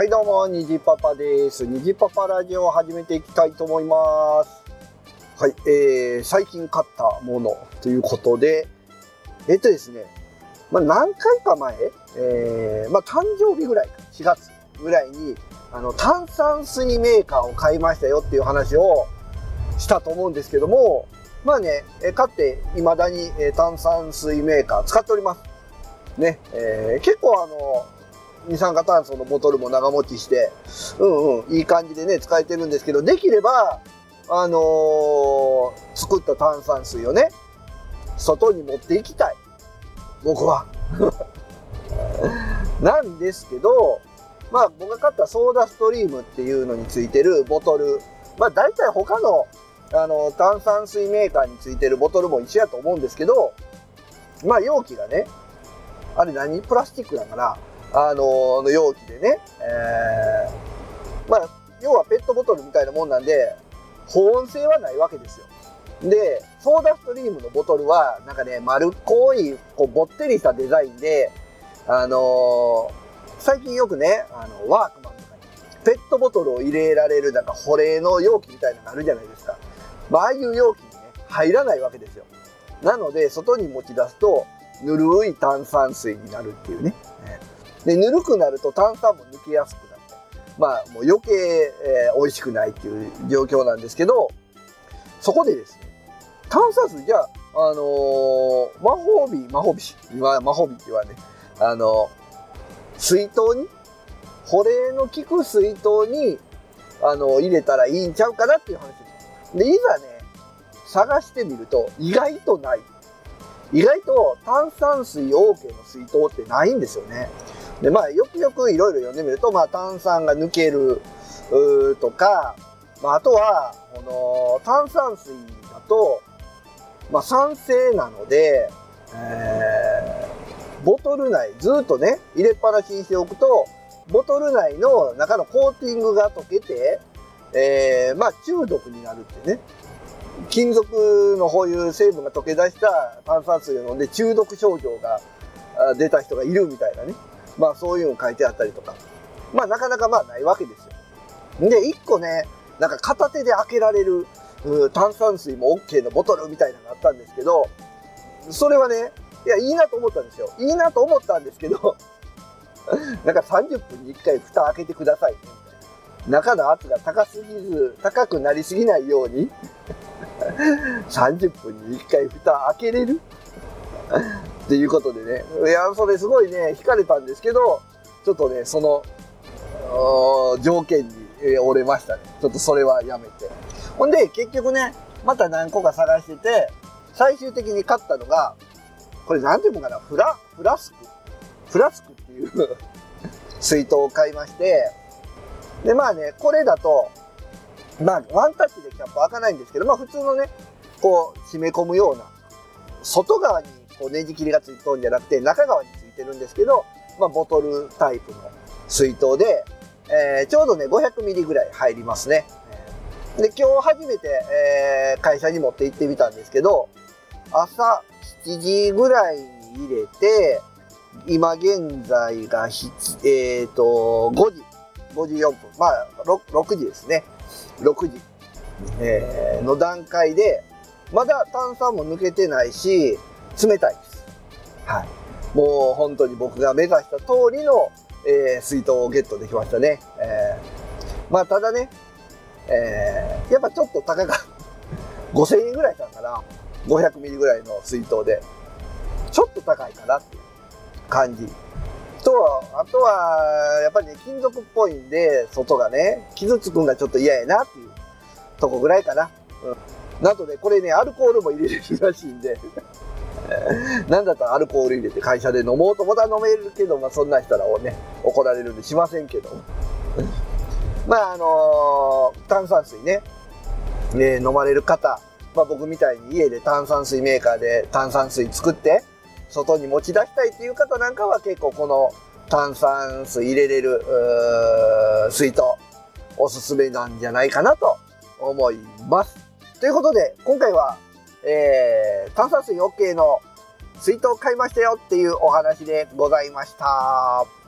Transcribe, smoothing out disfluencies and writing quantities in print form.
はいどうも、にじパパです。にじパパラジオを始めていきたいと思います。はい、最近買ったものということで、ですね、何回か前、誕生日ぐらいか、4月ぐらいに、炭酸水メーカーを買いましたよっていう話をしたと思うんですけども、買って未だに炭酸水メーカー使っております。ね、結構二酸化炭素のボトルも長持ちして、いい感じでね、使えてるんですけど、できれば、作った炭酸水をね、外に持っていきたい。僕は。なんですけど、僕が買ったソーダストリームっていうのについてるボトル、大体他の、炭酸水メーカーについてるボトルも一緒やと思うんですけど、容器がね、あれプラスチックだから、容器でね、要はペットボトルみたいなもんなんで、保温性はないわけですよ。で、ソーダストリームのボトルは、丸っこい、ぼってりしたデザインで、最近よくね、ワークマンとかに、ペットボトルを入れられる、保冷の容器みたいなのあるじゃないですか。ああいう容器にね、入らないわけですよ。なので、外に持ち出すと、ぬるい炭酸水になるっていうね。で、ぬるくなると炭酸も抜けやすくなって、もう余計、美味しくないっていう状況なんですけど、そこでですね、炭酸水じゃあ、魔法瓶って言わね、水筒に、保冷の効く水筒に、入れたらいいんちゃうかなっていう話です。で、いざね、探してみると、意外とない。意外と炭酸水 OK の水筒ってないんですよね。で、よくよくいろいろ読んでみると、炭酸が抜けるとか、あとは、炭酸水だと、酸性なので、ボトル内、ずっとね、入れっぱなしにしておくと、ボトル内の中のコーティングが溶けて、中毒になるってね。金属のこういう成分が溶け出した炭酸水を飲んで中毒症状が出た人がいるみたいなね。そういうの書いてあったりとか。なかなかないわけですよ。で、一個ね、片手で開けられる炭酸水も OK のボトルみたいなのがあったんですけど、それはね、いいなと思ったんですよ。いいなと思ったんですけど、30分に1回蓋開けてくださいね。中の圧が高くなりすぎないように、30分に1回蓋開けれるっていうことでね。それすごいね、惹かれたんですけど、ちょっとね、その、条件に折れましたね。ちょっとそれはやめて。ほんで、結局ね、また何個か探してて、最終的に買ったのが、これなんていうのかな、フラスクっていう水筒を買いまして、で、これだと、ワンタッチでキャップ開かないんですけど、普通のね、締め込むような、外側にネジ切りがついてるんじゃなくて、中側についてるんですけど、ボトルタイプの水筒で、ちょうどね、500ミリぐらい入りますね。で、今日初めて、会社に持って行ってみたんですけど、朝7時ぐらいに入れて、今現在が5時4分。6時ですね。6時、の段階で、まだ炭酸も抜けてないし、冷たいです。はい。もう本当に僕が目指した通りの、水筒をゲットできましたね。ただね、やっぱちょっと高かった。5000円ぐらいしたかな。500ミリぐらいの水筒で。ちょっと高いかなっていう感じ。あとは、やっぱりね、金属っぽいんで、外がね、傷つくんがちょっと嫌やなっていうとこぐらいかな。なんとね、これね、アルコールも入れれるらしいんで、なんだったらアルコール入れて会社で飲もうと思ったら飲めるけど、そんなんしたらね、怒られるんでしませんけど。炭酸水ね、飲まれる方、僕みたいに家で炭酸水メーカーで炭酸水作って、外に持ち出したいっていう方なんかは結構この炭酸水入れれる水筒おすすめなんじゃないかなと思います。ということで今回は、炭酸水 OK の水筒買いましたよっていうお話でございました。